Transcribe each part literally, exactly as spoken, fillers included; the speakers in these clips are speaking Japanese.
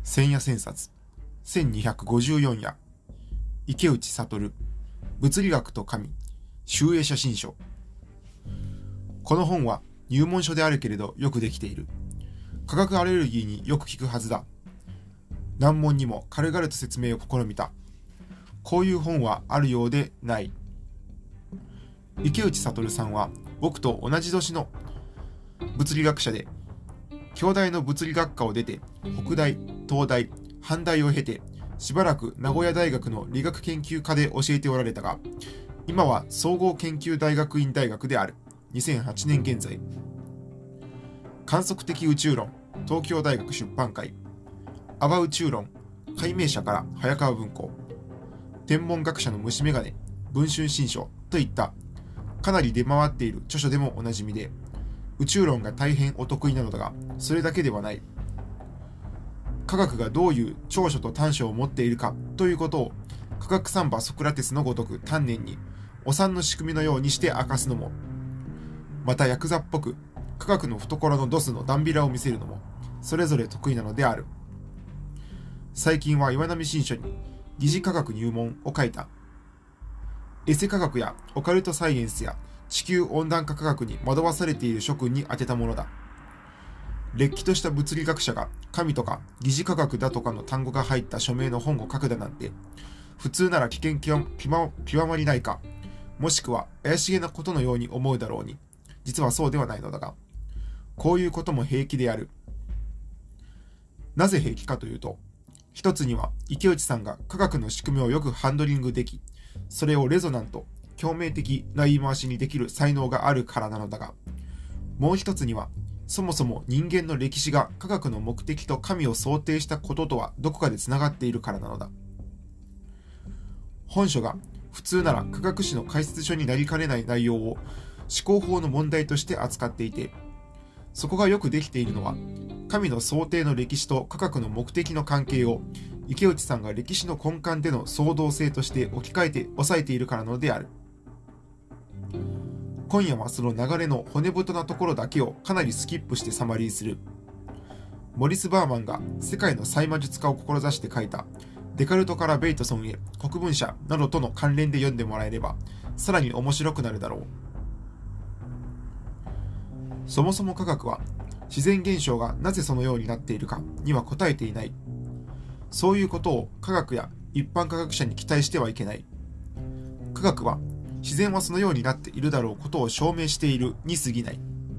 千夜千冊せんにひゃくごじゅうよん夜池内悟物理学と神集英写真書。この本は入門書であるけれどよくできている。化学アレルギーによく効くはずだ。難問にも軽々と説明を試みた。こういう本はあるようでない。池内悟さんは僕と同じ年の物理学者で、京大の物理学科を出て北大、東大、阪大を経てしばらく名古屋大学の理学研究科で教えておられたが、今は総合研究大学院大学である。にせんはちねん現在。観測的宇宙論東京大学出版会、阿波宇宙論解明者から早川文庫、天文学者の虫眼鏡文春新書といったかなり出回っている著書でもおなじみで、宇宙論が大変お得意なのだが、それだけではない。科学がどういう長所と短所を持っているかということを、科学サンバソクラテスのごとく丹念にお産の仕組みのようにして明かすのも、またヤクザっぽく科学の懐のドスのダンビラを見せるのも、それぞれ得意なのである。最近は岩波新書に疑似科学入門を書いた。エセ科学やオカルトサイエンスや地球温暖化科学に惑わされている諸君に当てたものだ。れっきとした物理学者が神とか疑似科学だとかの単語が入った署名の本を書くだなんて、普通なら危険極まりないか、もしくは怪しげなことのように思うだろうに、実はそうではないのだが、こういうことも平気である。なぜ平気かというと、一つには池内さんが科学の仕組みをよくハンドリングでき、それをレゾナント、共鳴的な言い回しにできる才能があるからなのだが、もう一つには、そもそも人間の歴史が科学の目的と神を想定したこととはどこかでつながっているからなのだ。本書が普通なら科学史の解説書になりかねない内容を思考法の問題として扱っていて、そこがよくできているのは、神の想定の歴史と科学の目的の関係を池内さんが歴史の根幹での創造性として置き換えて抑えているからなのである。今夜はその流れの骨太なところだけをかなりスキップしてサマリーする。モリス・バーマンが世界の細魔術家を志して書いたデカルトからベイトソンへ国文社などとの関連で読んでもらえればさらに面白くなるだろう。そもそも科学は自然現象がなぜそのようになっているかには答えていない。そういうことを科学や一般科学者に期待してはいけない。科学は自然はそのようになっているだろうことを証明しているに過ぎない。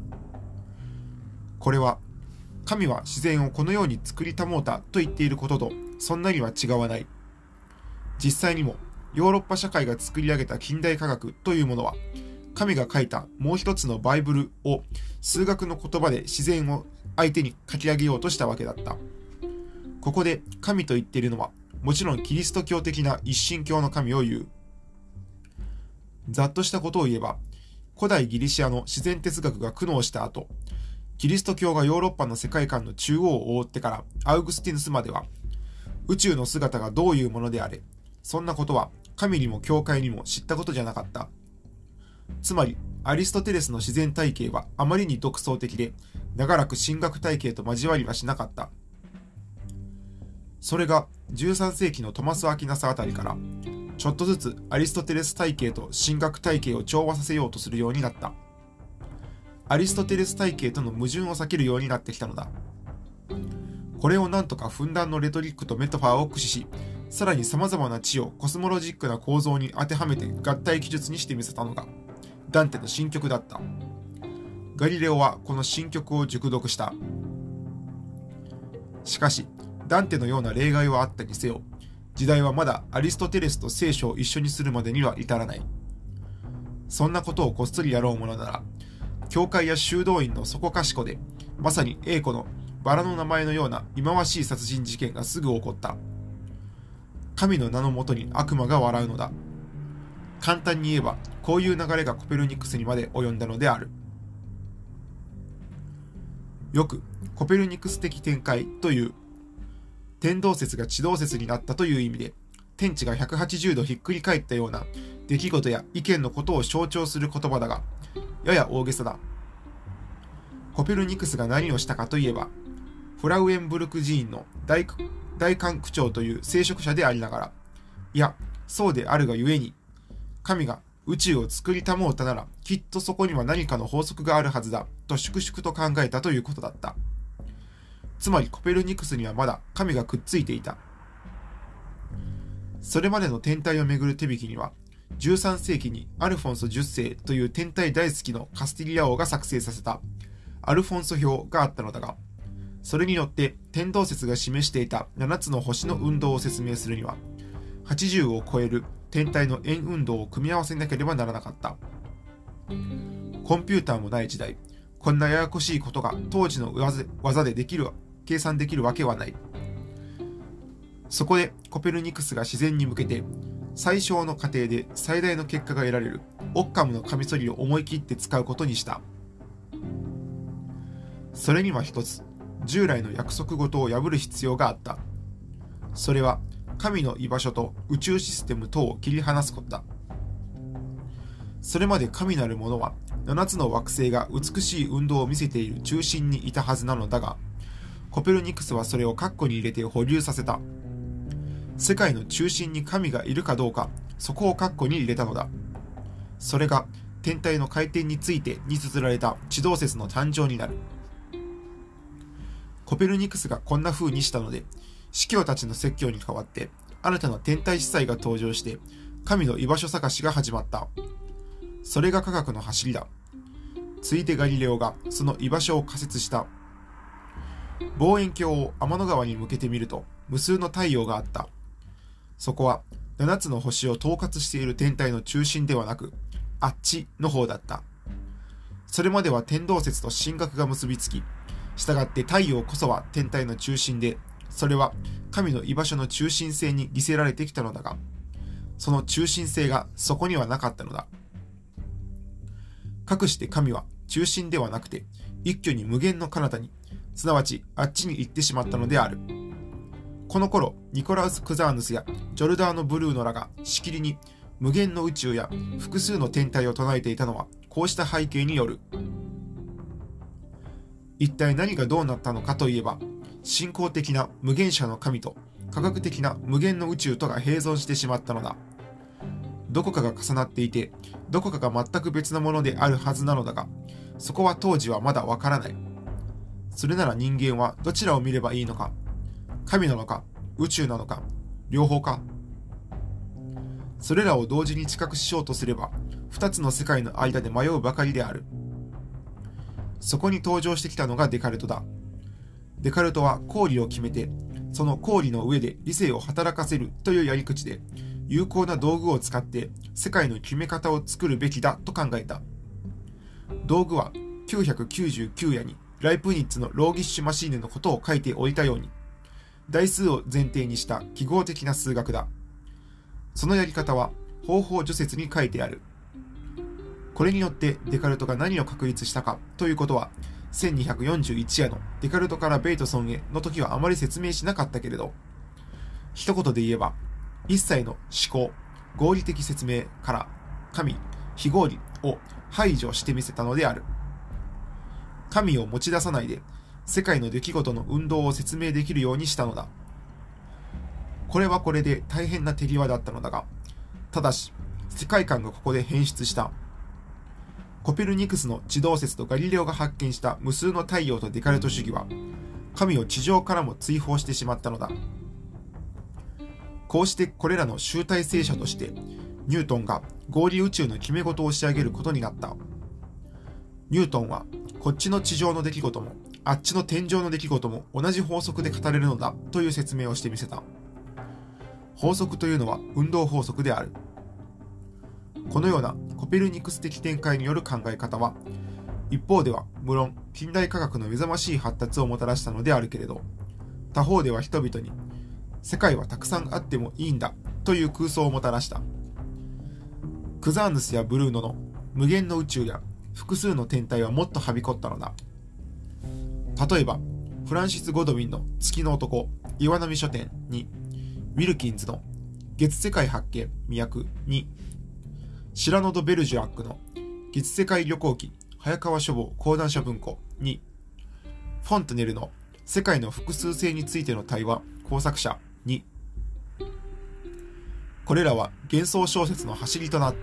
これは神は自然をこのように作りたもうたと言っていることとそんなには違わない。実際にもヨーロッパ社会が作り上げた近代科学というものは、神が書いたもう一つのバイブルを数学の言葉で自然を相手に書き上げようとしたわけだった。ここで神と言っているのはもちろんキリスト教的な一神教の神を言う。ざっとしたことを言えば、古代ギリシアの自然哲学が苦悩した後、キリスト教がヨーロッパの世界観の中央を覆ってからアウグスティヌスまでは、宇宙の姿がどういうものであれ、そんなことは神にも教会にも知ったことじゃなかった。つまり、アリストテレスの自然体系はあまりに独創的で、長らく神学体系と交わりはしなかった。それがじゅうさん世紀のトマス・アキナスあたりから、ちょっとずつアリストテレス体系と神学体系を調和させようとするようになった。アリストテレス体系との矛盾を避けるようになってきたのだ。これをなんとかふんだんのレトリックとメタファーを駆使し、さらに様々な知をコスモロジックな構造に当てはめて合体記述にしてみせたのが、ダンテの新曲だった。ガリレオはこの新曲を熟読した。しかし、ダンテのような例外はあったにせよ、時代はまだアリストテレスと聖書を一緒にするまでには至らない。そんなことをこっそりやろうものなら、教会や修道院のそこかしこで、まさに英子のバラの名前のような忌まわしい殺人事件がすぐ起こった。神の名のもとに悪魔が笑うのだ。簡単に言えば、こういう流れがコペルニクスにまで及んだのである。よく、コペルニクス的展開という、天動説が地動説になったという意味で、天地がひゃくはちじゅうどひっくり返ったような出来事や意見のことを象徴する言葉だが、やや大げさだ。コペルニクスが何をしたかといえば、フラウエンブルク寺院の大大環区長という聖職者でありながら、いや、そうであるがゆえに、神が宇宙を作りたもうたなら、きっとそこには何かの法則があるはずだ、と粛々と考えたということだった。つまりコペルニクスにはまだ神がくっついていた。それまでの天体をめぐる手引きには、じゅうさんせいきにアルフォンソじゅっせいという天体大好きのカスティリア王が作成させたアルフォンソ表があったのだが、それによって天動説が示していたななつの星の運動を説明するには、はちじゅうを超える天体の円運動を組み合わせなければならなかった。コンピューターもない時代、こんなややこしいことが当時の技でできる、計算できるわけはない。そこでコペルニクスが自然に向けて、最小の過程で最大の結果が得られるオッカムのカミソリを思い切って使うことにした。それには一つ、従来の約束事を破る必要があった。それは神の居場所と宇宙システム等を切り離すことだ。それまで神なるものはななつの惑星が美しい運動を見せている中心にいたはずなのだが、コペルニクスはそれを括弧に入れて保留させた。世界の中心に神がいるかどうか、そこを括弧に入れたのだ。それが天体の回転についてに綴られた地動説の誕生になる。コペルニクスがこんな風にしたので、司教たちの説教に代わって新たな天体司祭が登場して神の居場所探しが始まった。それが科学の走りだ。ついでガリレオがその居場所を仮説した。望遠鏡を天の川に向けてみると無数の太陽があった。そこはななつの星を統括している天体の中心ではなく、あっちの方だった。それまでは天動説と神学が結びつき、従って太陽こそは天体の中心で、それは神の居場所の中心性に犠牲られてきたのだが、その中心性がそこにはなかったのだ。かくして神は中心ではなくて、一挙に無限の彼方に、すなわちあっちに行ってしまったのである。この頃、ニコラウス・クザーヌスやジョルダーノ・ブルーノらがしきりに無限の宇宙や複数の天体を唱えていたのは、こうした背景による。一体何がどうなったのかといえば、信仰的な無限者の神と科学的な無限の宇宙とが併存してしまったのだ。どこかが重なっていて、どこかが全く別のものであるはずなのだが、そこは当時はまだわからない。それなら人間はどちらを見ればいいのか。神なのか、宇宙なのか、両方か。それらを同時に知覚しようとすれば、二つの世界の間で迷うばかりである。そこに登場してきたのがデカルトだ。デカルトは公理を決めて、その公理の上で理性を働かせるというやり口で、有効な道具を使って世界の決め方を作るべきだと考えた。道具はきゅうひゃくきゅうじゅうきゅう夜にライプニッツのローギッシュマシーネのことを書いておいたように、代数を前提にした記号的な数学だ。そのやり方は方法序説に書いてある。これによってデカルトが何を確立したかということは、せんにひゃくよんじゅういち夜のデカルトからベイトソンへの時はあまり説明しなかったけれど、一言で言えば、一切の思考、合理的説明から神、非合理を排除してみせたのである。神を持ち出さないで、世界の出来事の運動を説明できるようにしたのだ。これはこれで大変な手際だったのだが、ただし、世界観がここで変質した。コペルニクスの地動説とガリレオが発見した無数の太陽とデカルト主義は、神を地上からも追放してしまったのだ。こうしてこれらの集大成者として、ニュートンが合理宇宙の決め事を仕上げることになった。ニュートンは、こっちの地上の出来事も、あっちの天上の出来事も同じ法則で語れるのだという説明をしてみせた。法則というのは運動法則である。このようなコペルニクス的展開による考え方は、一方では無論近代科学の目覚ましい発達をもたらしたのであるけれど、他方では人々に世界はたくさんあってもいいんだという空想をもたらした。クザーヌスやブルーノの無限の宇宙や複数の天体はもっとはびこったのだ。例えば、フランシス・ゴドウィンの月の男、岩波書店に、ウィルキンズの月世界発見魅惑に、シラノド・ベルジュアックの月世界旅行記早川書房講談社文庫に、フォントネルの世界の複数性についての対話工作者に。これらは幻想小説の走りとなった。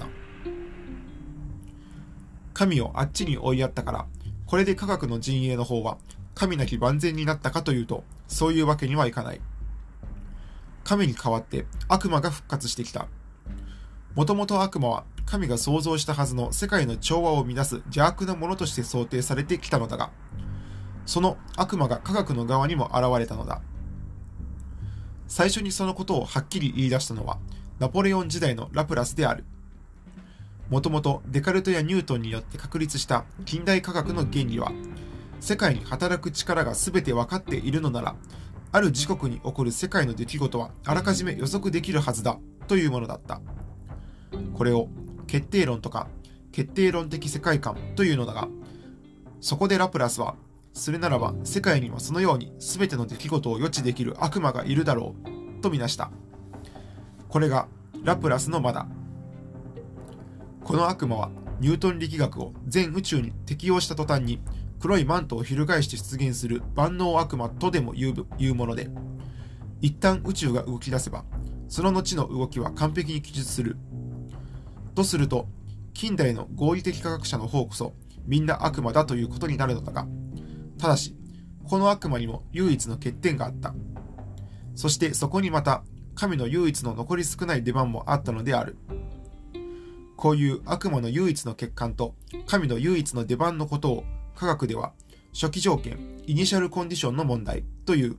神をあっちに追いやったから、これで科学の陣営の方は神なき万全になったかというと、そういうわけにはいかない。神に代わって悪魔が復活してきた。もともと悪魔は神が創造したはずの世界の調和を乱す邪悪なものとして想定されてきたのだが、その悪魔が科学の側にも現れたのだ。最初にそのことをはっきり言い出したのはナポレオン時代のラプラスである。もともとデカルトやニュートンによって確立した近代科学の原理は、世界に働く力が全て分かっているのなら、ある時刻に起こる世界の出来事はあらかじめ予測できるはずだというものだった。これを決定論とか決定論的世界観というのだが、そこでラプラスは、それならば世界にはそのように全ての出来事を予知できる悪魔がいるだろうとみなした。これがラプラスの魔だ。この悪魔はニュートン力学を全宇宙に適用した途端に黒いマントを翻して出現する万能悪魔とでも言う、言うもので、一旦宇宙が動き出せばその後の動きは完璧に記述する。とすると近代の合理的科学者の方こそみんな悪魔だということになるのだが、ただしこの悪魔にも唯一の欠点があった。そしてそこにまた神の唯一の残り少ない出番もあったのである。こういう悪魔の唯一の欠陥と神の唯一の出番のことを科学では初期条件、イニシャルコンディションの問題という。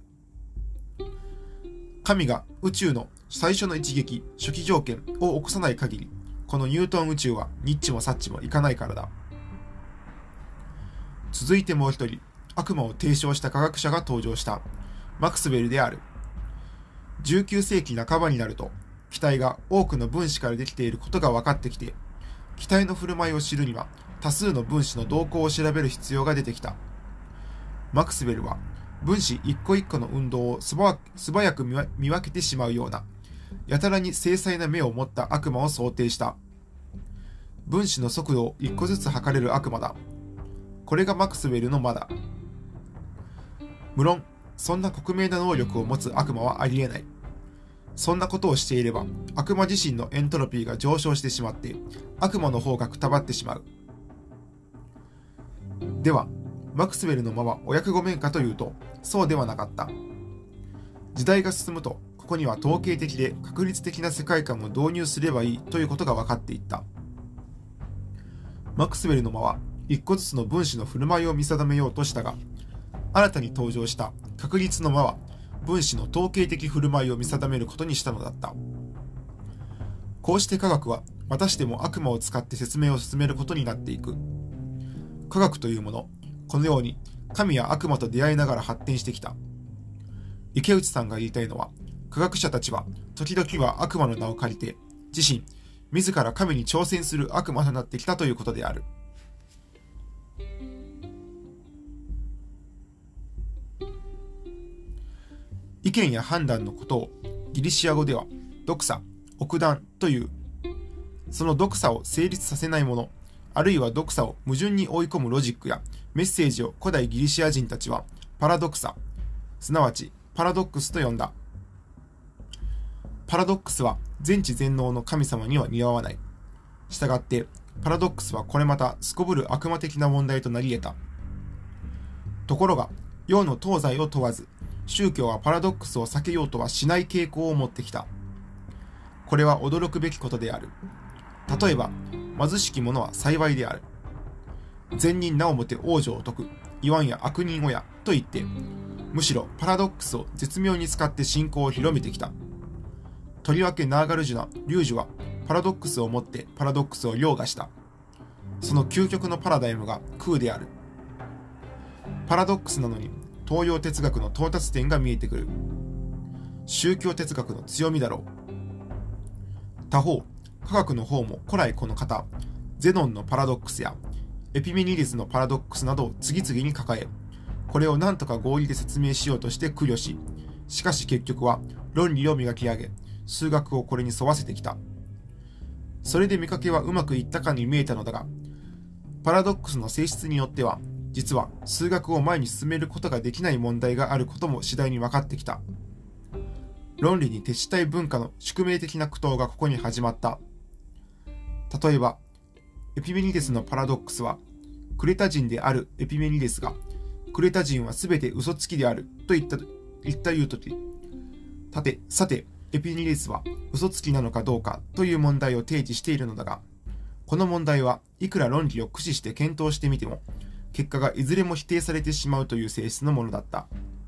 神が宇宙の最初の一撃、初期条件を起こさない限り、このニュートン宇宙はニッチもサッチもいかないからだ。続いてもう一人、悪魔を提唱した科学者が登場した。マクスウェルである。じゅうきゅうせいき半ばになると、気体が多くの分子からできていることが分かってきて、気体の振る舞いを知るには多数の分子の動向を調べる必要が出てきた。マクスウェルは分子一個一個の運動を素早く見分けてしまうような、やたらに精細な目を持った悪魔を想定した。分子の速度を一個ずつ測れる悪魔だ。これがマクスウェルの魔だ。無論、そんな克明な能力を持つ悪魔はありえない。そんなことをしていれば、悪魔自身のエントロピーが上昇してしまって、悪魔の方がくたばってしまう。では、マクスウェルの魔はお役御免かというと、そうではなかった。時代が進むと、ここには統計的で確率的な世界観を導入すればいいということが分かっていった。マクスウェルの魔は、一個ずつの分子の振る舞いを見定めようとしたが、新たに登場した確率の魔は、分子の統計的振る舞いを見定めることにしたのだった。こうして科学はまたしても悪魔を使って説明を進めることになっていく。科学というもの、このように神や悪魔と出会いながら発展してきた。池内さんが言いたいのは、科学者たちは時々は悪魔の名を借りて、自身、自ら神に挑戦する悪魔となってきたということである。意見や判断のことをギリシア語ではドクサ、奥断という。そのドクサを成立させないもの、あるいはドクサを矛盾に追い込むロジックやメッセージを古代ギリシア人たちはパラドクサ、すなわちパラドックスと呼んだ。パラドックスは全知全能の神様には似合わない。したがってパラドックスはこれまたすこぶる悪魔的な問題となり得た。ところが、洋の東西を問わず、宗教はパラドックスを避けようとはしない傾向を持ってきた。これは驚くべきことである。例えば、貧しき者は幸いである。善人なおもて往生を説く、言わんや悪人親と言って、むしろパラドックスを絶妙に使って信仰を広めてきた。とりわけナーガルジュナ、リュージュはパラドックスをもってパラドックスを凌駕した。その究極のパラダイムが空である。パラドックスなのに東洋哲学の到達点が見えてくる。宗教哲学の強みだろう。他方、科学の方も古来この方、ゼノンのパラドックスやエピメニデスのパラドックスなどを次々に抱え、これを何とか合理で説明しようとして苦慮し、しかし結局は論理を磨き上げ、数学をこれに沿わせてきた。それで見かけはうまくいったかに見えたのだが、パラドックスの性質によっては、実は数学を前に進めることができない問題があることも次第に分かってきた。 論理に徹したい文化の宿命的な苦闘がここに始まった。例えば、エピメニデスのパラドックスは、クレタ人であるエピメニデスが、クレタ人はすべて嘘つきであると言った、言った言うとき、さて、さて、エピメニデスは嘘つきなのかどうかという問題を提示しているのだが、この問題はいくら論理を駆使して検討してみても、結果がいずれも否定されてしまうという性質のものだった。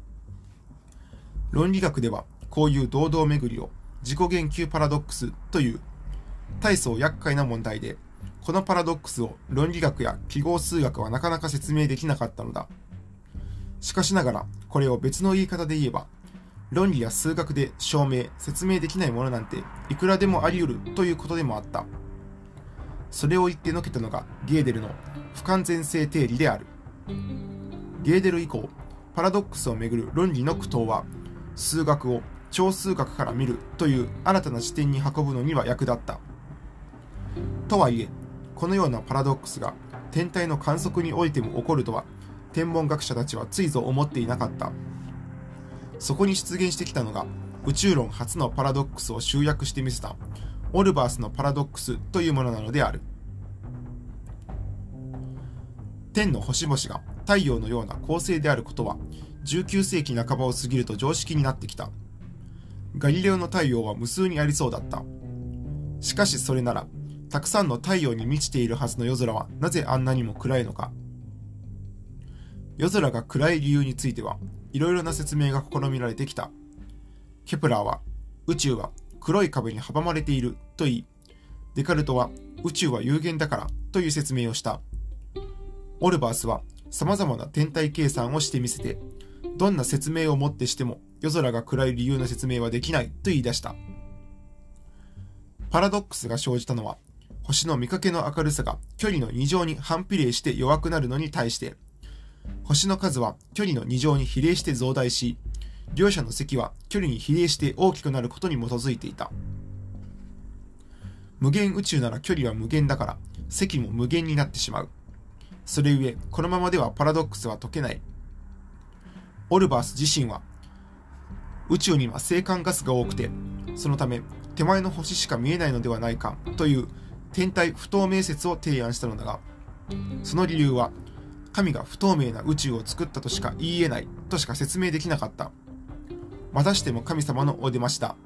論理学では、こういう堂々巡りを自己言及パラドックスという、大層厄介な問題で、このパラドックスを論理学や記号数学はなかなか説明できなかったのだ。しかしながら、これを別の言い方で言えば、論理や数学で証明、説明できないものなんていくらでもあり得るということでもあった。それを言ってのけたのがゲーデルの不完全性定理である。ゲーデル以降、パラドックスをめぐる論理の苦闘は、数学を超数学から見るという新たな視点に運ぶのには役立った。とはいえ、このようなパラドックスが天体の観測においても起こるとは、天文学者たちはついぞ思っていなかった。そこに出現してきたのが、宇宙論初のパラドックスを集約してみせた、オルバースのパラドックスというものなのである。天の星々が太陽のような恒星であることは、じゅうきゅうせいき半ばを過ぎると常識になってきた。ガリレオの太陽は無数にありそうだった。しかしそれなら、たくさんの太陽に満ちているはずの夜空はなぜあんなにも暗いのか。夜空が暗い理由については、いろいろな説明が試みられてきた。ケプラーは、宇宙は黒い壁に阻まれていると言い、デカルトは宇宙は有限だからという説明をした。オルバースは様々な天体計算をしてみせて、どんな説明をもってしても夜空が暗い理由の説明はできないと言い出した。パラドックスが生じたのは、星の見かけの明るさが距離のに乗に反比例して弱くなるのに対して、星の数は距離のに乗に比例して増大し、両者の積は距離に比例して大きくなることに基づいていた。無限宇宙なら距離は無限だから、積も無限になってしまう。それゆえ、このままではパラドックスは解けない。オルバース自身は、宇宙には星間ガスが多くて、そのため手前の星しか見えないのではないかという天体不透明説を提案したのだが、その理由は、神が不透明な宇宙を作ったとしか言い得ないとしか説明できなかった。またしても神様のお出ましだ。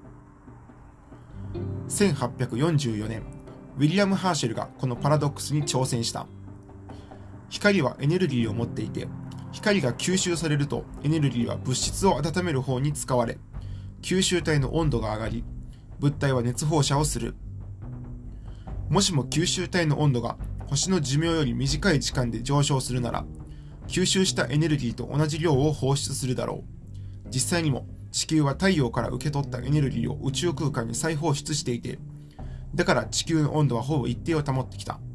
せんはっぴゃくよんじゅうよねん、ウィリアム・ハーシェルがこのパラドックスに挑戦した。光はエネルギーを持っていて、光が吸収されるとエネルギーは物質を温める方に使われ、吸収体の温度が上がり、物体は熱放射をする。もしも吸収体の温度が星の寿命より短い時間で上昇するなら、吸収したエネルギーと同じ量を放出するだろう。実際にも地球は太陽から受け取ったエネルギーを宇宙空間に再放出していて、だから地球の温度はほぼ一定を保ってきた。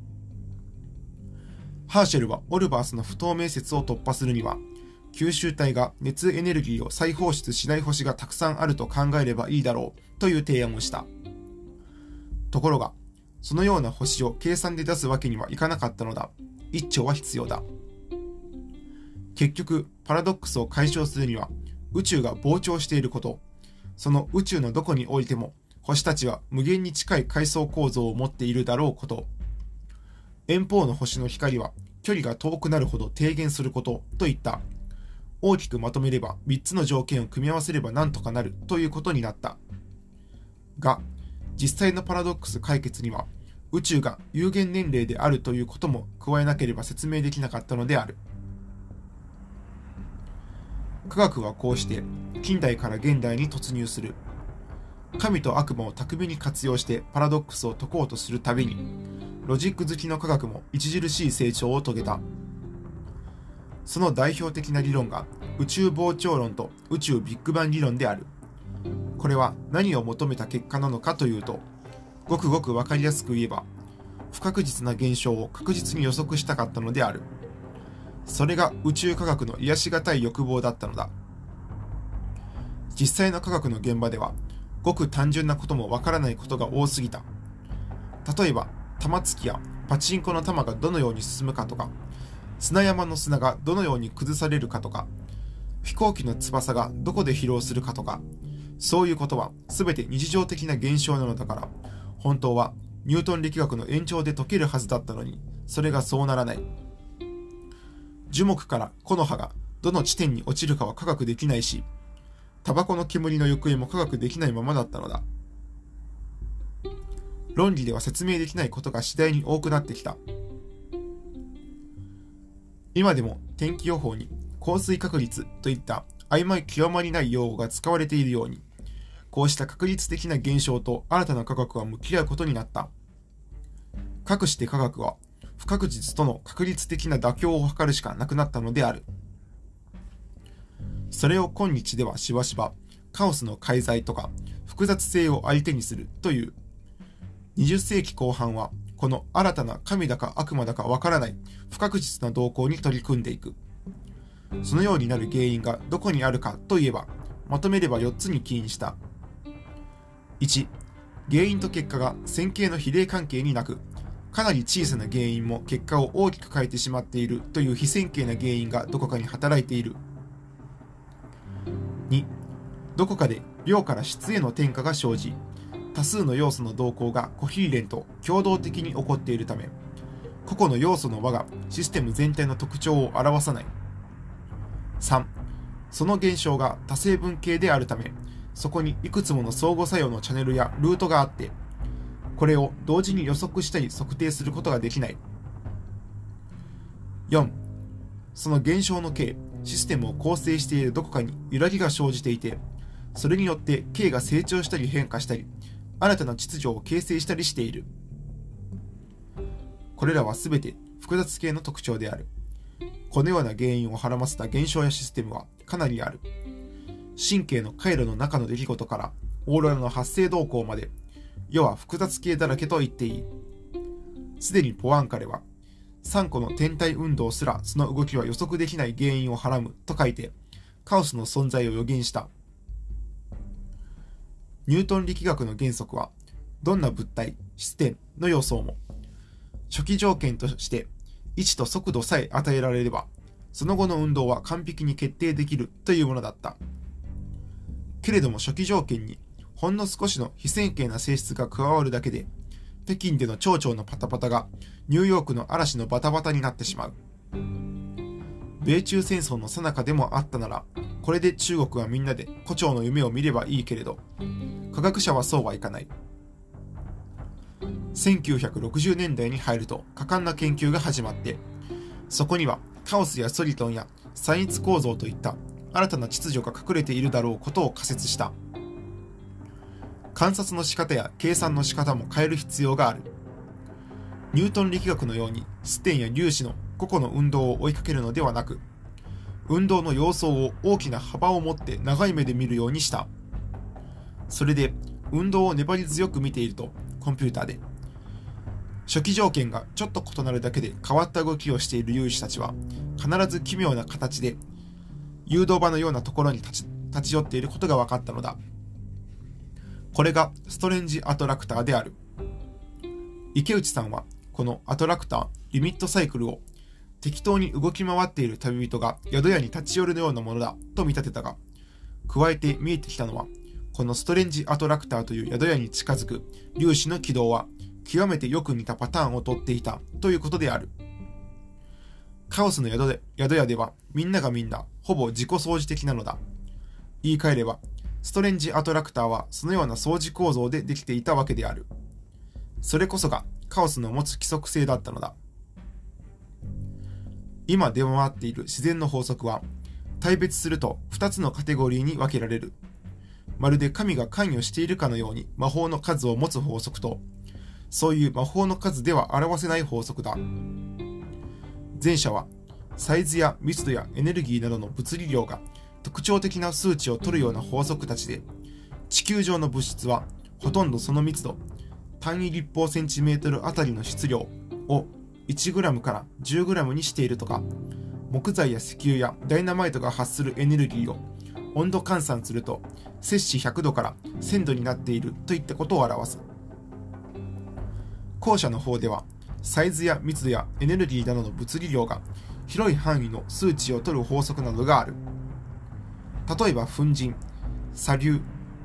ハーシェルはオルバースの不透明説を突破するには、吸収体が熱エネルギーを再放出しない星がたくさんあると考えればいいだろうという提案をした。ところが、そのような星を計算で出すわけにはいかなかったのだ。一丁は必要だ。結局、パラドックスを解消するには、宇宙が膨張していること、その宇宙のどこにおいても、星たちは無限に近い階層構造を持っているだろうこと、遠方の星の光は距離が遠くなるほど低減することといった、大きくまとめればみっつの条件を組み合わせればなんとかなるということになった。が、実際のパラドックス解決には、宇宙が有限年齢であるということも加えなければ説明できなかったのである。科学はこうして近代から現代に突入する。神と悪魔を巧みに活用してパラドックスを解こうとするたびに、ロジック好きの科学も著しい成長を遂げた。その代表的な理論が宇宙膨張論と宇宙ビッグバン理論である。これは何を求めた結果なのかというと、ごくごくわかりやすく言えば、不確実な現象を確実に予測したかったのである。それが宇宙科学の癒しがたい欲望だったのだ。実際の科学の現場では、ごく単純なこともわからないことが多すぎた。例えば、玉突きやパチンコの玉がどのように進むかとか、砂山の砂がどのように崩されるかとか、飛行機の翼がどこで疲労するかとか、 そういうことはすべて日常的な現象なのだから、本当はニュートン力学の延長で解けるはずだったのに、それがそうならない。樹木から木の葉がどの地点に落ちるかは科学できないし、タバコの煙の行方も科学できないままだったのだ。論理では説明できないことが次第に多くなってきた。今でも天気予報に降水確率といった曖昧極まりない用語が使われているように、こうした確率的な現象と新たな科学は向き合うことになった。かくして科学は不確実との確率的な妥協を図るしかなくなったのである。それを今日ではしばしばカオスの介在とか複雑性を相手にするという。にじゅっせいきこう半はこの新たな神だか悪魔だかわからない不確実な動向に取り組んでいく。そのようになる原因がどこにあるかといえば、まとめればよっつに起因した。いち、原因と結果が線形の比例関係になく、かなり小さな原因も結果を大きく変えてしまっているという非線形な原因がどこかに働いている。に、どこかで量から質への転化が生じ、多数の要素の動向がコヒーレント、共同的に起こっているため、個々の要素の輪がシステム全体の特徴を表さない。さん、その現象が多成分系であるため、そこにいくつもの相互作用のチャンネルやルートがあって、これを同時に予測したり測定することができない。よん、その現象の系、システムを構成しているどこかに揺らぎが生じていて、それによって系が成長したり変化したり、新たな秩序を形成したりしている。これらはすべて複雑系の特徴である。このような原因をはらませた現象やシステムはかなりある。神経の回路の中の出来事からオーロラの発生動向まで、世は複雑系だらけと言っていい。すでにポアンカレは、さんこの天体運動すらその動きは予測できない原因をはらむと書いて、カオスの存在を予言した。ニュートン力学の原則は、どんな物体、質点の予想も、初期条件として位置と速度さえ与えられれば、その後の運動は完璧に決定できるというものだった。けれども初期条件にほんの少しの非線形な性質が加わるだけで、北京での蝶々のパタパタがニューヨークの嵐のバタバタになってしまう。米中戦争の最中でもあったなら、これで中国はみんなで胡蝶の夢を見ればいいけれど、科学者はそうはいかない。せんきゅうひゃくろくじゅうねんだいに入ると果敢な研究が始まって、そこにはカオスやソリトンや散逸構造といった新たな秩序が隠れているだろうことを仮説した。観察の仕方や計算の仕方も変える必要がある。ニュートン力学のように質点や粒子の個々の運動を追いかけるのではなく、運動の様相を大きな幅を持って長い目で見るようにした。それで運動を粘り強く見ていると、コンピューターで初期条件がちょっと異なるだけで変わった動きをしている有志たちは必ず奇妙な形で誘導場のようなところに立ち、立ち寄っていることが分かったのだ。これがストレンジアトラクターである。池内さんはこのアトラクターリミットサイクルを適当に動き回っている旅人が宿屋に立ち寄るようなものだと見立てたが、加えて見えてきたのは、このストレンジアトラクターという宿屋に近づく粒子の軌道は極めてよく似たパターンをとっていたということである。カオスの宿で宿屋ではみんながみんなほぼ自己掃除的なのだ。言い換えれば、ストレンジアトラクターはそのような掃除構造でできていたわけである。それこそがカオスの持つ規則性だったのだ。今出回っている自然の法則は、大別するとふたつのカテゴリーに分けられる。まるで神が関与しているかのように魔法の数を持つ法則と、そういう魔法の数では表せない法則だ。前者は、サイズや密度やエネルギーなどの物理量が特徴的な数値を取るような法則たちで、地球上の物質はほとんどその密度、単位立方センチメートルあたりの質量をいちグラムからじゅうグラムにしているとか、木材や石油やダイナマイトが発するエネルギーを温度換算すると摂氏ひゃくどからせんどになっているといったことを表す。後者の方では、サイズや密度やエネルギーなどの物理量が広い範囲の数値を取る法則などがある。例えば粉塵、砂粒、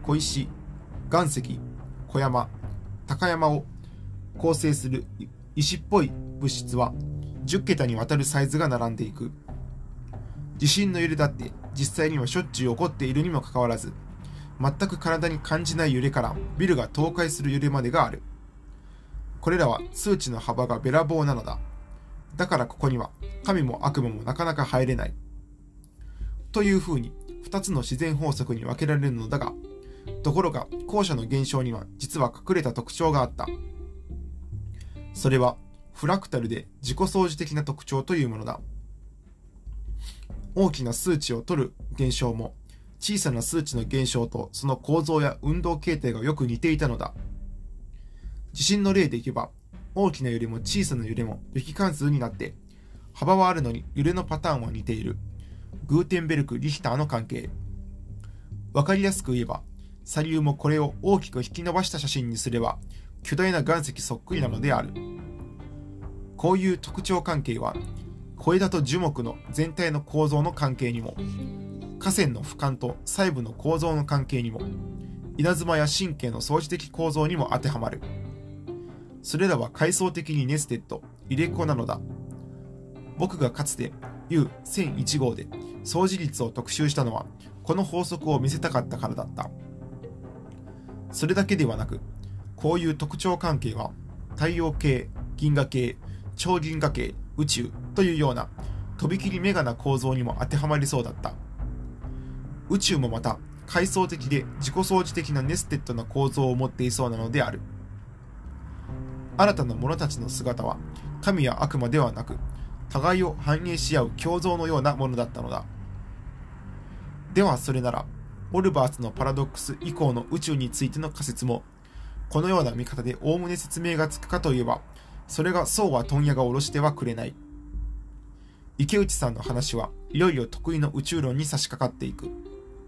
小石、岩石、小山、高山を構成する石っぽい物質はじゅっけたにわたるサイズが並んでいく。地震の揺れだって実際にはしょっちゅう起こっているにもかかわらず、全く体に感じない揺れからビルが倒壊する揺れまでがある。これらは数値の幅がべらぼうなのだ。だからここには神も悪魔もなかなか入れない。というふうにふたつの自然法則に分けられるのだが、ところが後者の現象には実は隠れた特徴があった。それはフラクタルで自己相似的な特徴というものだ。大きな数値を取る現象も小さな数値の現象とその構造や運動形態がよく似ていたのだ。地震の例でいけば、大きな揺れも小さな揺れも微関数になって、幅はあるのに揺れのパターンは似ている。グーテンベルク・リヒターの関係。わかりやすく言えば、サリューもこれを大きく引き伸ばした写真にすれば、巨大な岩石そっくりなのである。こういう特徴関係は、小枝と樹木の全体の構造の関係にも、河川の俯瞰と細部の構造の関係にも、稲妻や神経の相似的構造にも当てはまる。それらは階層的にネステッド、入れ子なのだ。僕がかつて ユーせんいち 号で相似率を特集したのは、この法則を見せたかったからだった。それだけではなく、こういう特徴関係は、太陽系、銀河系、超銀河系、宇宙というような、とびきりメガな構造にも当てはまりそうだった。宇宙もまた、階層的で自己相似的なネステッドな構造を持っていそうなのである。新たな者たちの姿は、神や悪魔ではなく、互いを反映し合う共造のようなものだったのだ。ではそれなら、オルバーツのパラドックス以降の宇宙についての仮説も、このような見方でおおむね説明がつくかといえば、それがそうは問屋が下ろしてはくれない。池内さんの話はいよいよ得意の宇宙論に差し掛かっていく。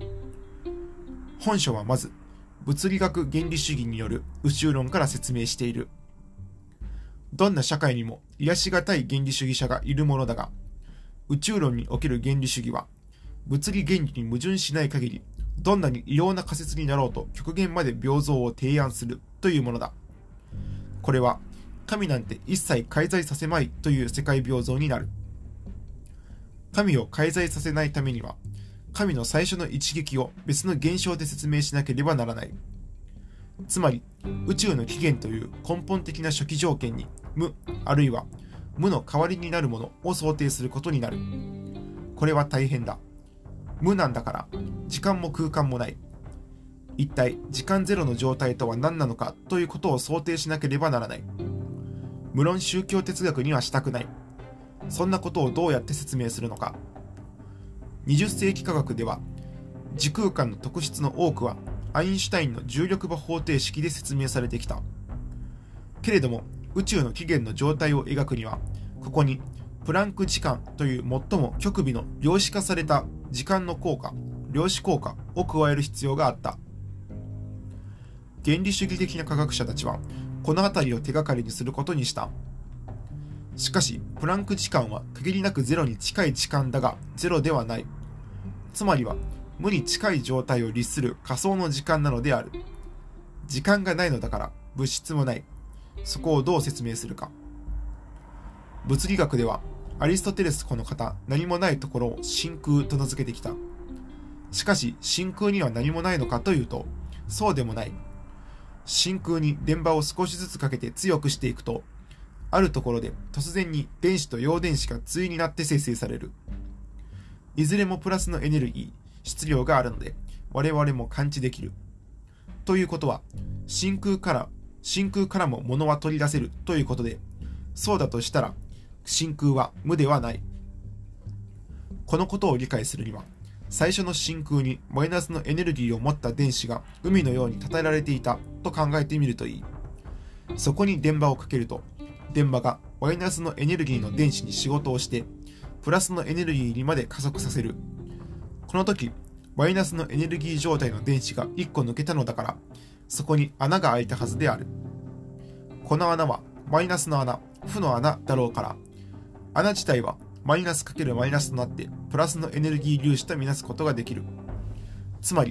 本書はまず、物理学原理主義による宇宙論から説明している。どんな社会にも癒しがたい原理主義者がいるものだが、宇宙論における原理主義は、物理原理に矛盾しない限り、どんなに異様な仮説になろうと極限まで平等を提案するというものだ。これは、神なんて一切介在させまいという世界平等になる。神を介在させないためには、神の最初の一撃を別の現象で説明しなければならない。つまり、宇宙の起源という根本的な初期条件に無、あるいは無の代わりになるものを想定することになる。これは大変だ。無なんだから、時間も空間もない。一体、時間ゼロの状態とは何なのかということを想定しなければならない。無論宗教哲学にはしたくない。そんなことをどうやって説明するのか。にじゅっせいき科学では、時空間の特質の多くは、アインシュタインの重力場方程式で説明されてきた。けれども、宇宙の起源の状態を描くには、ここにプランク時間という最も極微の量子化された時間の効果、量子効果を加える必要があった。原理主義的な科学者たちは、この辺りを手がかりにすることにした。しかし、プランク時間は限りなくゼロに近い時間だが、ゼロではない。つまりは、無に近い状態を律する仮想の時間なのである。時間がないのだから、物質もない。そこをどう説明するか。物理学では、アリストテレスこの方、何もないところを真空と名付けてきた。しかし、真空には何もないのかというと、そうでもない。真空に電場を少しずつかけて強くしていくと、あるところで突然に電子と陽電子が対になって生成される。いずれもプラスのエネルギー、質量があるので、我々も感知できる。ということは、真空から、真空からも物は取り出せるということで、そうだとしたら、真空は無ではない。このことを理解するには、最初の真空にマイナスのエネルギーを持った電子が海のようにたたえられていたと考えてみるといい。そこに電場をかけると、電場がマイナスのエネルギーの電子に仕事をして、プラスのエネルギーにまで加速させる。この時、マイナスのエネルギー状態の電子がいっこ抜けたのだから、そこに穴が開いたはずである。この穴はマイナスの穴、負の穴だろうから、穴自体はマイナスかけるマイナスとなってプラスのエネルギー粒子とみなすことができる。つまり、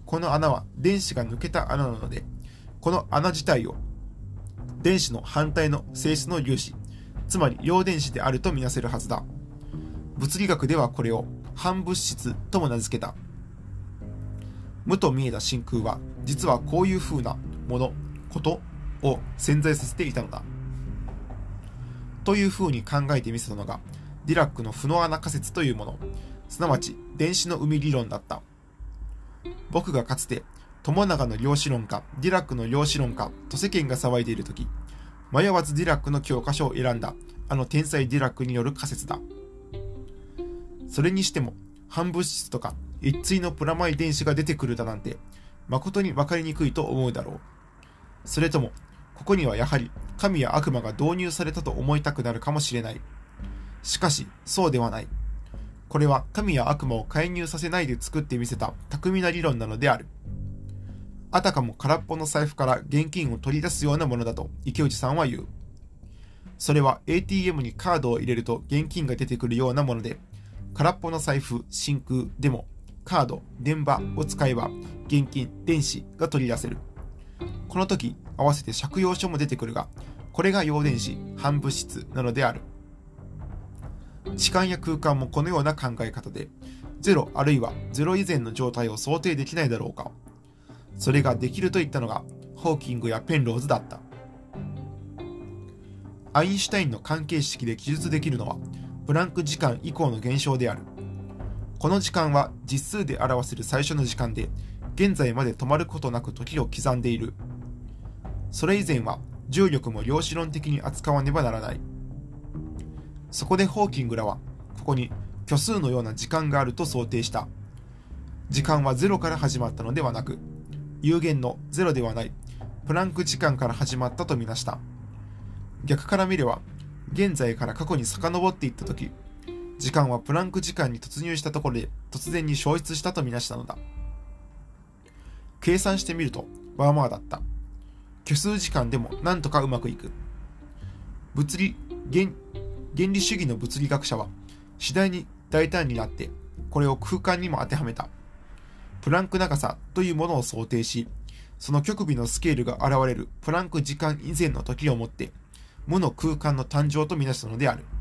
この穴は電子が抜けた穴なので、この穴自体を電子の反対の性質の粒子、つまり陽電子であるとみなせるはずだ。物理学ではこれを反物質とも名付けた。無と見えた真空は、実はこういう風なもの、ことを潜在させていたのだ。という風に考えてみせたのが、ディラックの負の穴仮説というもの、すなわち電子の生み理論だった。僕がかつて、友永の量子論か、ディラックの量子論かと世間が騒いでいるとき、迷わずディラックの教科書を選んだ、あの天才ディラックによる仮説だ。それにしても、反物質とか一対のプラマイ電子が出てくるだなんて、誠に分かりにくいと思うだろう。それとも、ここにはやはり神や悪魔が導入されたと思いたくなるかもしれない。しかし、そうではない。これは神や悪魔を介入させないで作ってみせた巧みな理論なのである。あたかも空っぽの財布から現金を取り出すようなものだと池内さんは言う。それは エーティーエム にカードを入れると現金が出てくるようなもので、空っぽの財布、真空でもカード、電場を使えば現金、電子が取り出せる。この時、合わせて借用書も出てくるが、これが陽電子、反物質なのである。時間や空間もこのような考え方で、ゼロあるいはゼロ以前の状態を想定できないだろうか。それができると言ったのが、ホーキングやペンローズだった。アインシュタインの関係式で記述できるのは、プランク時間以降の現象である。この時間は実数で表せる最初の時間で、現在まで止まることなく時を刻んでいる。それ以前は重力も量子論的に扱わねばならない。そこでホーキングらは、ここに虚数のような時間があると想定した。時間はゼロから始まったのではなく、有限のゼロではないプランク時間から始まったとみなした。逆から見れば、現在から過去に遡っていったとき、時間はプランク時間に突入したところで突然に消失したとみなしたのだ。計算してみると、まあまあだった。虚数時間でもなんとかうまくいく。物理、原、原理主義の物理学者は、次第に大胆になって、これを空間にも当てはめた。プランク長さというものを想定し、その極微のスケールが現れるプランク時間以前の時をもって、無の空間の誕生とみなしたのである。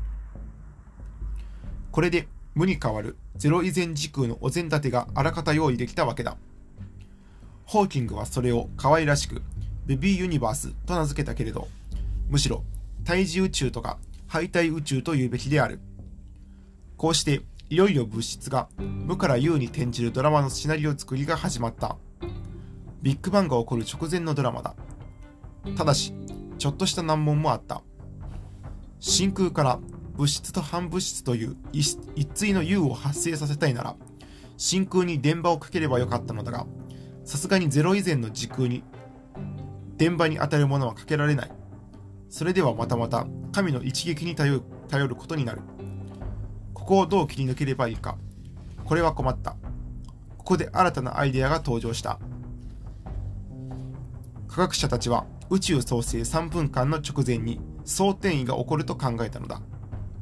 これで無に代わるゼロ以前時空のお膳立てがあらかた用意できたわけだ。ホーキングはそれを可愛らしくベビーユニバースと名付けたけれど、むしろ対峙宇宙とか敗退宇宙というべきである。こうしていよいよ物質が無から有に転じるドラマのシナリオ作りが始まった。ビッグバンが起こる直前のドラマだ。ただし、ちょっとした難問もあった。真空から物質と反物質という一対の U を発生させたいなら、真空に電場をかければよかったのだが、さすがにゼロ以前の時空に電場に当たるものはかけられない。それではまたまた神の一撃に頼る、頼ることになる。ここをどう切り抜ければいいか。これは困った。ここで新たなアイデアが登場した。科学者たちは宇宙創生さんぷんかんの直前に総転移が起こると考えたのだ。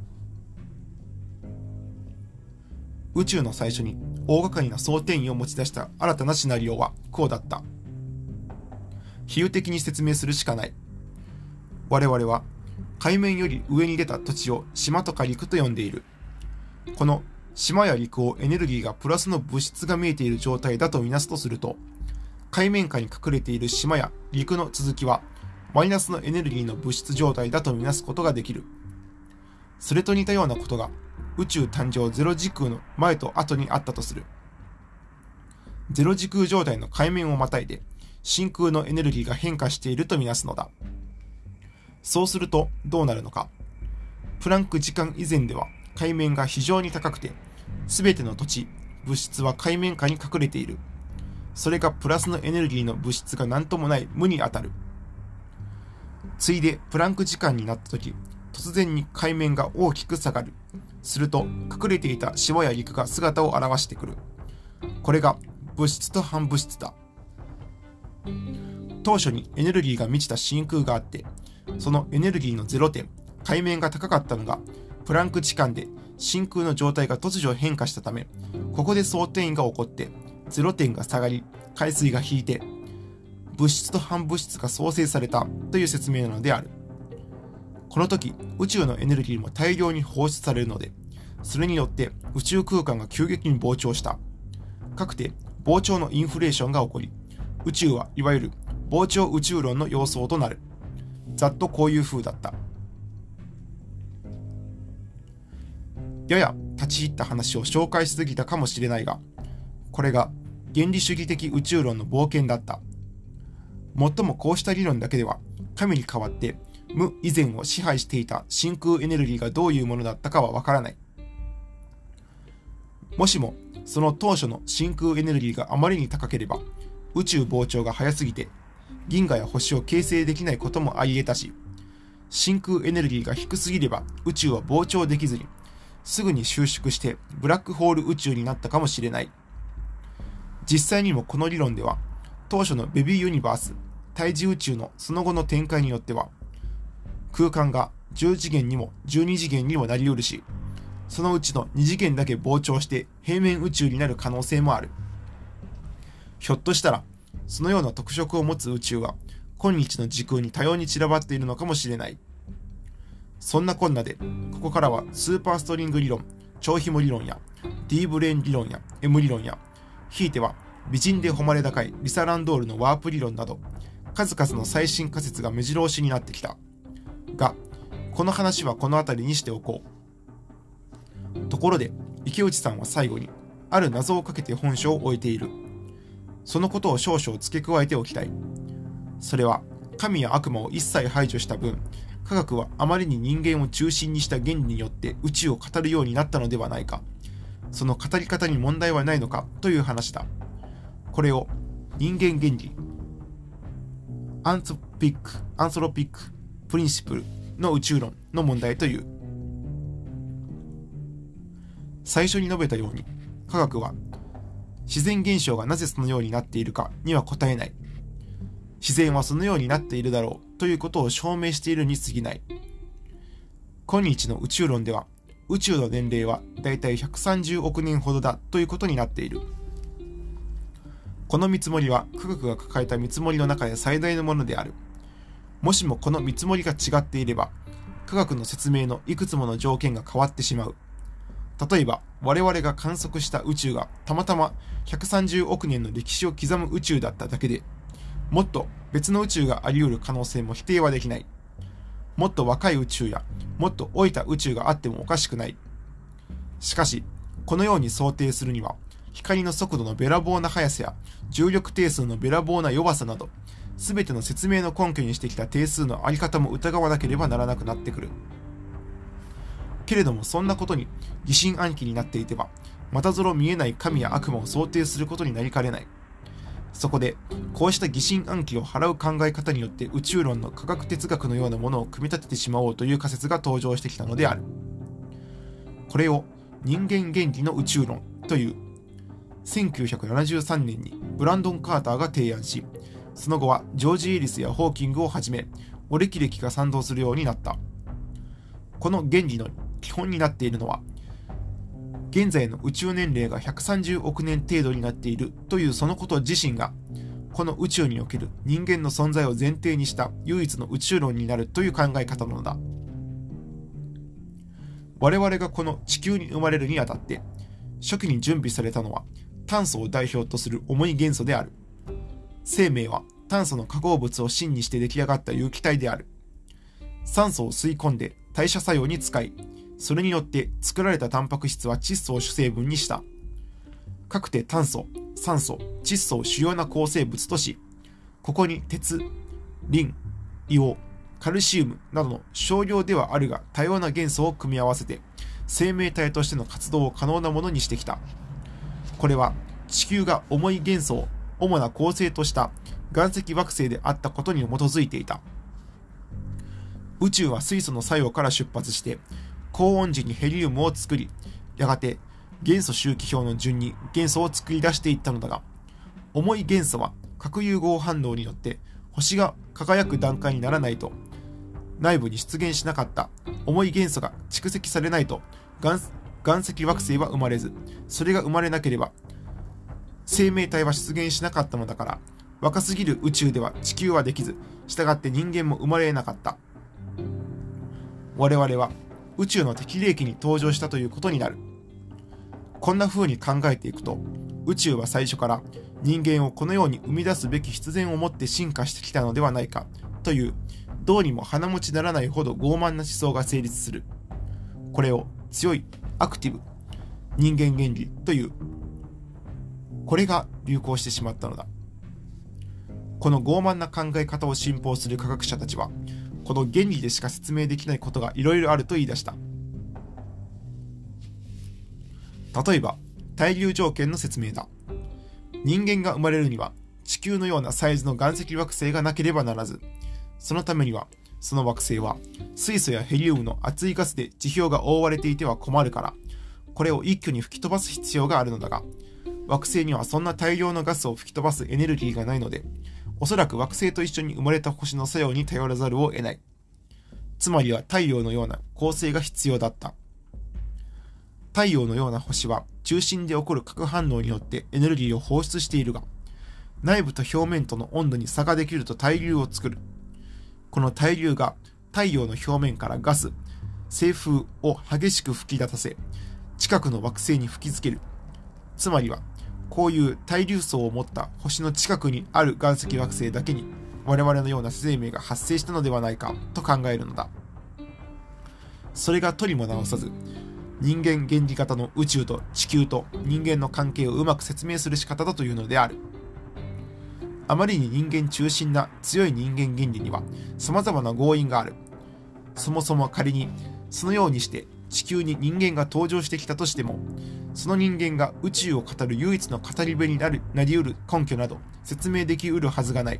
宇宙の最初に大掛かりな総転移を持ち出した新たなシナリオはこうだった。比喩的に説明するしかない。我々は海面より上に出た土地を島とか陸と呼んでいる。この島や陸をエネルギーがプラスの物質が見えている状態だとみなすとすると、海面下に隠れている島や陸の続きはマイナスのエネルギーの物質状態だとみなすことができる。それと似たようなことが宇宙誕生ゼロ時空の前と後にあったとする。ゼロ時空状態の海面をまたいで真空のエネルギーが変化しているとみなすのだ。そうするとどうなるのか。プランク時間以前では海面が非常に高くて、すべての土地、物質は海面下に隠れている。それがプラスのエネルギーの物質が何ともない無に当たる。ついでプランク時間になったとき、突然に海面が大きく下がる。すると隠れていた島や陸が姿を現してくる。これが物質と反物質だ。当初にエネルギーが満ちた真空があって、そのエネルギーのゼロ点、海面が高かったのが、プランク時間で真空の状態が突如変化したため、ここで総転移が起こって、 ゼロてんが下がり、海水が引いて、物質と反物質が創生されたという説明なのである。この時、宇宙のエネルギーも大量に放出されるので、それによって宇宙空間が急激に膨張した。かくて膨張のインフレーションが起こり、宇宙はいわゆる膨張宇宙論の様相となる。ざっとこういう風だった。やや立ち入った話を紹介しすぎたかもしれないが、これが原理主義的宇宙論の冒険だった。もっともこうした理論だけでは、神に代わって無以前を支配していた真空エネルギーがどういうものだったかはわからない。もしもその当初の真空エネルギーがあまりに高ければ、宇宙膨張が早すぎて銀河や星を形成できないこともあり得たし、真空エネルギーが低すぎれば宇宙は膨張できずにすぐに収縮してブラックホール宇宙になったかもしれない。実際にもこの理論では、当初のベビーユニバース、対峙宇宙のその後の展開によっては、空間がじゅう次元にもじゅうに次元にもなりうるし、そのうちのに次元だけ膨張して平面宇宙になる可能性もある。ひょっとしたら、そのような特色を持つ宇宙は、今日の時空に多様に散らばっているのかもしれない。そんなこんなで、ここからはスーパーストリング理論、超紐理論や、D ブレーン理論や M 理論や、ひいては美人で誉れ高いリサ・ランドールのワープ理論など、数々の最新仮説が目白押しになってきた。が、この話はこの辺りにしておこう。ところで、池内さんは最後に、ある謎をかけて本書を終えている。そのことを少々付け加えておきたい。それは、神や悪魔を一切排除した分、科学はあまりに人間を中心にした原理によって宇宙を語るようになったのではないか。その語り方に問題はないのかという話だ。これを人間原理、アンソピック、アンソロピック、プリンシプルの宇宙論の問題という。最初に述べたように、科学は自然現象がなぜそのようになっているかには答えない。自然はそのようになっているだろうということを証明しているに過ぎない。今日の宇宙論では、宇宙の年齢はだいたいひゃくさんじゅうおくねんほどだということになっている。この見積もりは科学が抱えた見積もりの中で最大のものである。もしもこの見積もりが違っていれば、科学の説明のいくつもの条件が変わってしまう。例えば、我々が観測した宇宙がたまたまひゃくさんじゅうおくねんの歴史を刻む宇宙だっただけで、もっと別の宇宙があり得る可能性も否定はできない。もっと若い宇宙やもっと老いた宇宙があってもおかしくない。しかし、このように想定するには、光の速度のべらぼうな速さや重力定数のべらぼうな弱さなど、すべての説明の根拠にしてきた定数のあり方も疑わなければならなくなってくる。けれどもそんなことに疑心暗鬼になっていては、またぞろ見えない神や悪魔を想定することになりかねない。そこで、こうした疑心暗鬼を払う考え方によって宇宙論の科学哲学のようなものを組み立ててしまおうという仮説が登場してきたのである。これを人間原理の宇宙論という。せんきゅうひゃくななじゅうさんねんにブランドン・カーターが提案し、その後はジョージ・エリスやホーキングをはじめ、オレキレキが賛同するようになった。この原理の基本になっているのは、現在の宇宙年齢がひゃくさんじゅうおくねん程度になっているというそのこと自身が、この宇宙における人間の存在を前提にした唯一の宇宙論になるという考え方なのだ。我々がこの地球に生まれるにあたって、初期に準備されたのは炭素を代表とする重い元素である。生命は炭素の化合物を芯にして出来上がった有機体である。酸素を吸い込んで代謝作用に使い、それによって作られたタンパク質は窒素を主成分にした。かくて炭素、酸素、窒素を主要な構成物とし、ここに鉄、リン、硫黄、カルシウムなどの少量ではあるが多様な元素を組み合わせて、生命体としての活動を可能なものにしてきた。これは地球が重い元素を主な構成とした岩石惑星であったことに基づいていた。宇宙は水素の作用から出発して、高温時にヘリウムを作り、やがて元素周期表の順に元素を作り出していったのだが、重い元素は核融合反応によって星が輝く段階にならないと、内部に出現しなかった重い元素が蓄積されないと岩、岩石惑星は生まれず、それが生まれなければ生命体は出現しなかったのだから、若すぎる宇宙では地球はできず、従って人間も生まれなかった。我々は宇宙の適齢期に登場したということになる。こんな風に考えていくと、宇宙は最初から人間をこのように生み出すべき必然を持って進化してきたのではないかという、どうにも鼻持ちならないほど傲慢な思想が成立する。これを強いアクティブ人間原理という。これが流行してしまったのだ。この傲慢な考え方を信奉する科学者たちは、この原理でしか説明できないことがいろいろあると言い出した。例えば、対流条件の説明だ。人間が生まれるには、地球のようなサイズの岩石惑星がなければならず、そのためには、その惑星は水素やヘリウムの熱いガスで地表が覆われていては困るから、これを一挙に吹き飛ばす必要があるのだが、惑星にはそんな大量のガスを吹き飛ばすエネルギーがないので、おそらく惑星と一緒に生まれた星の作用に頼らざるを得ない。つまりは太陽のような構成が必要だった。太陽のような星は中心で起こる核反応によってエネルギーを放出しているが、内部と表面との温度に差ができると対流を作る。この対流が太陽の表面からガス、清風を激しく吹き出させ、近くの惑星に吹きつける。つまりは、こういう対流層を持った星の近くにある岩石惑星だけに我々のような生命が発生したのではないかと考えるのだ。それがとりも直さず、人間原理型の宇宙と地球と人間の関係をうまく説明する仕方だというのである。あまりに人間中心な強い人間原理には様々な強引がある。そもそも仮にそのようにして地球に人間が登場してきたとしても、その人間が宇宙を語る唯一の語り部になる、なり得る根拠など説明できうるはずがない。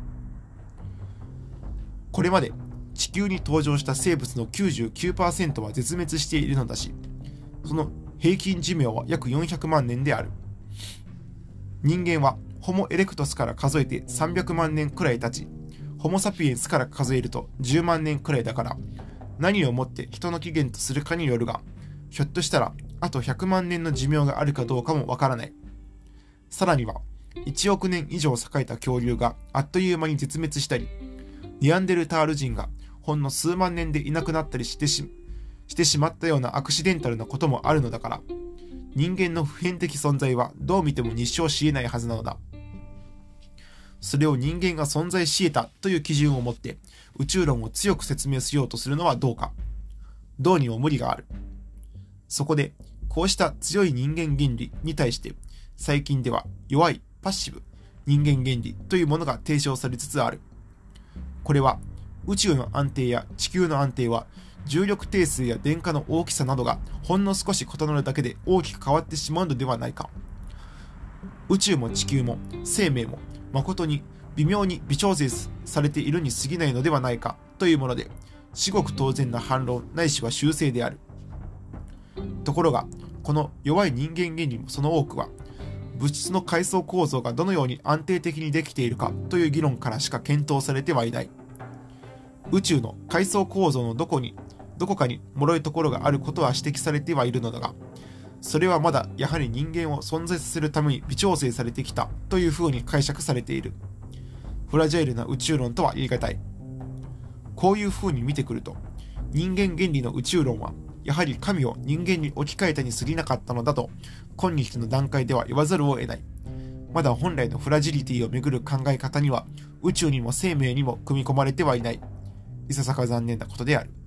これまで地球に登場した生物の きゅうじゅうきゅうパーセント は絶滅しているのだし、その平均寿命は約よんひゃくまんねんである。人間はホモエレクトスから数えてさんびゃくまんねんくらい経ち、ホモサピエンスから数えるとじゅうまんねんくらいだから、何をもって人の起源とするかによるが、ひょっとしたらあとひゃくまんねんの寿命があるかどうかもわからない。さらにはいちおくねん以上栄えた恐竜があっという間に絶滅したり、ニアンデルタール人がほんの数万年でいなくなったりしてし、してしまったようなアクシデンタルなこともあるのだから、人間の普遍的存在はどう見ても日照し得ないはずなのだ。それを人間が存在し得たという基準を持って宇宙論を強く説明しようとするのはどうか。どうにも無理がある。そこでこうした強い人間原理に対して最近では弱いパッシブ人間原理というものが提唱されつつある。これは宇宙の安定や地球の安定は重力定数や電荷の大きさなどがほんの少し異なるだけで大きく変わってしまうのではないか。宇宙も地球も生命も誠に微妙に微調整されているに過ぎないのではないかというもので、至極当然な反論ないしは修正である。ところが、この弱い人間原理もその多くは、物質の階層構造がどのように安定的にできているかという議論からしか検討されてはいない。宇宙の階層構造のどこに、どこかに脆いところがあることは指摘されてはいるのだが、それはまだやはり人間を存在させるために微調整されてきたというふうに解釈されている。フラジャイルな宇宙論とは言い難い。こういうふうに見てくると、人間原理の宇宙論はやはり神を人間に置き換えたに過ぎなかったのだと今日の段階では言わざるを得ない。まだ本来のフラジリティをめぐる考え方には宇宙にも生命にも組み込まれてはいない。いささか残念なことである。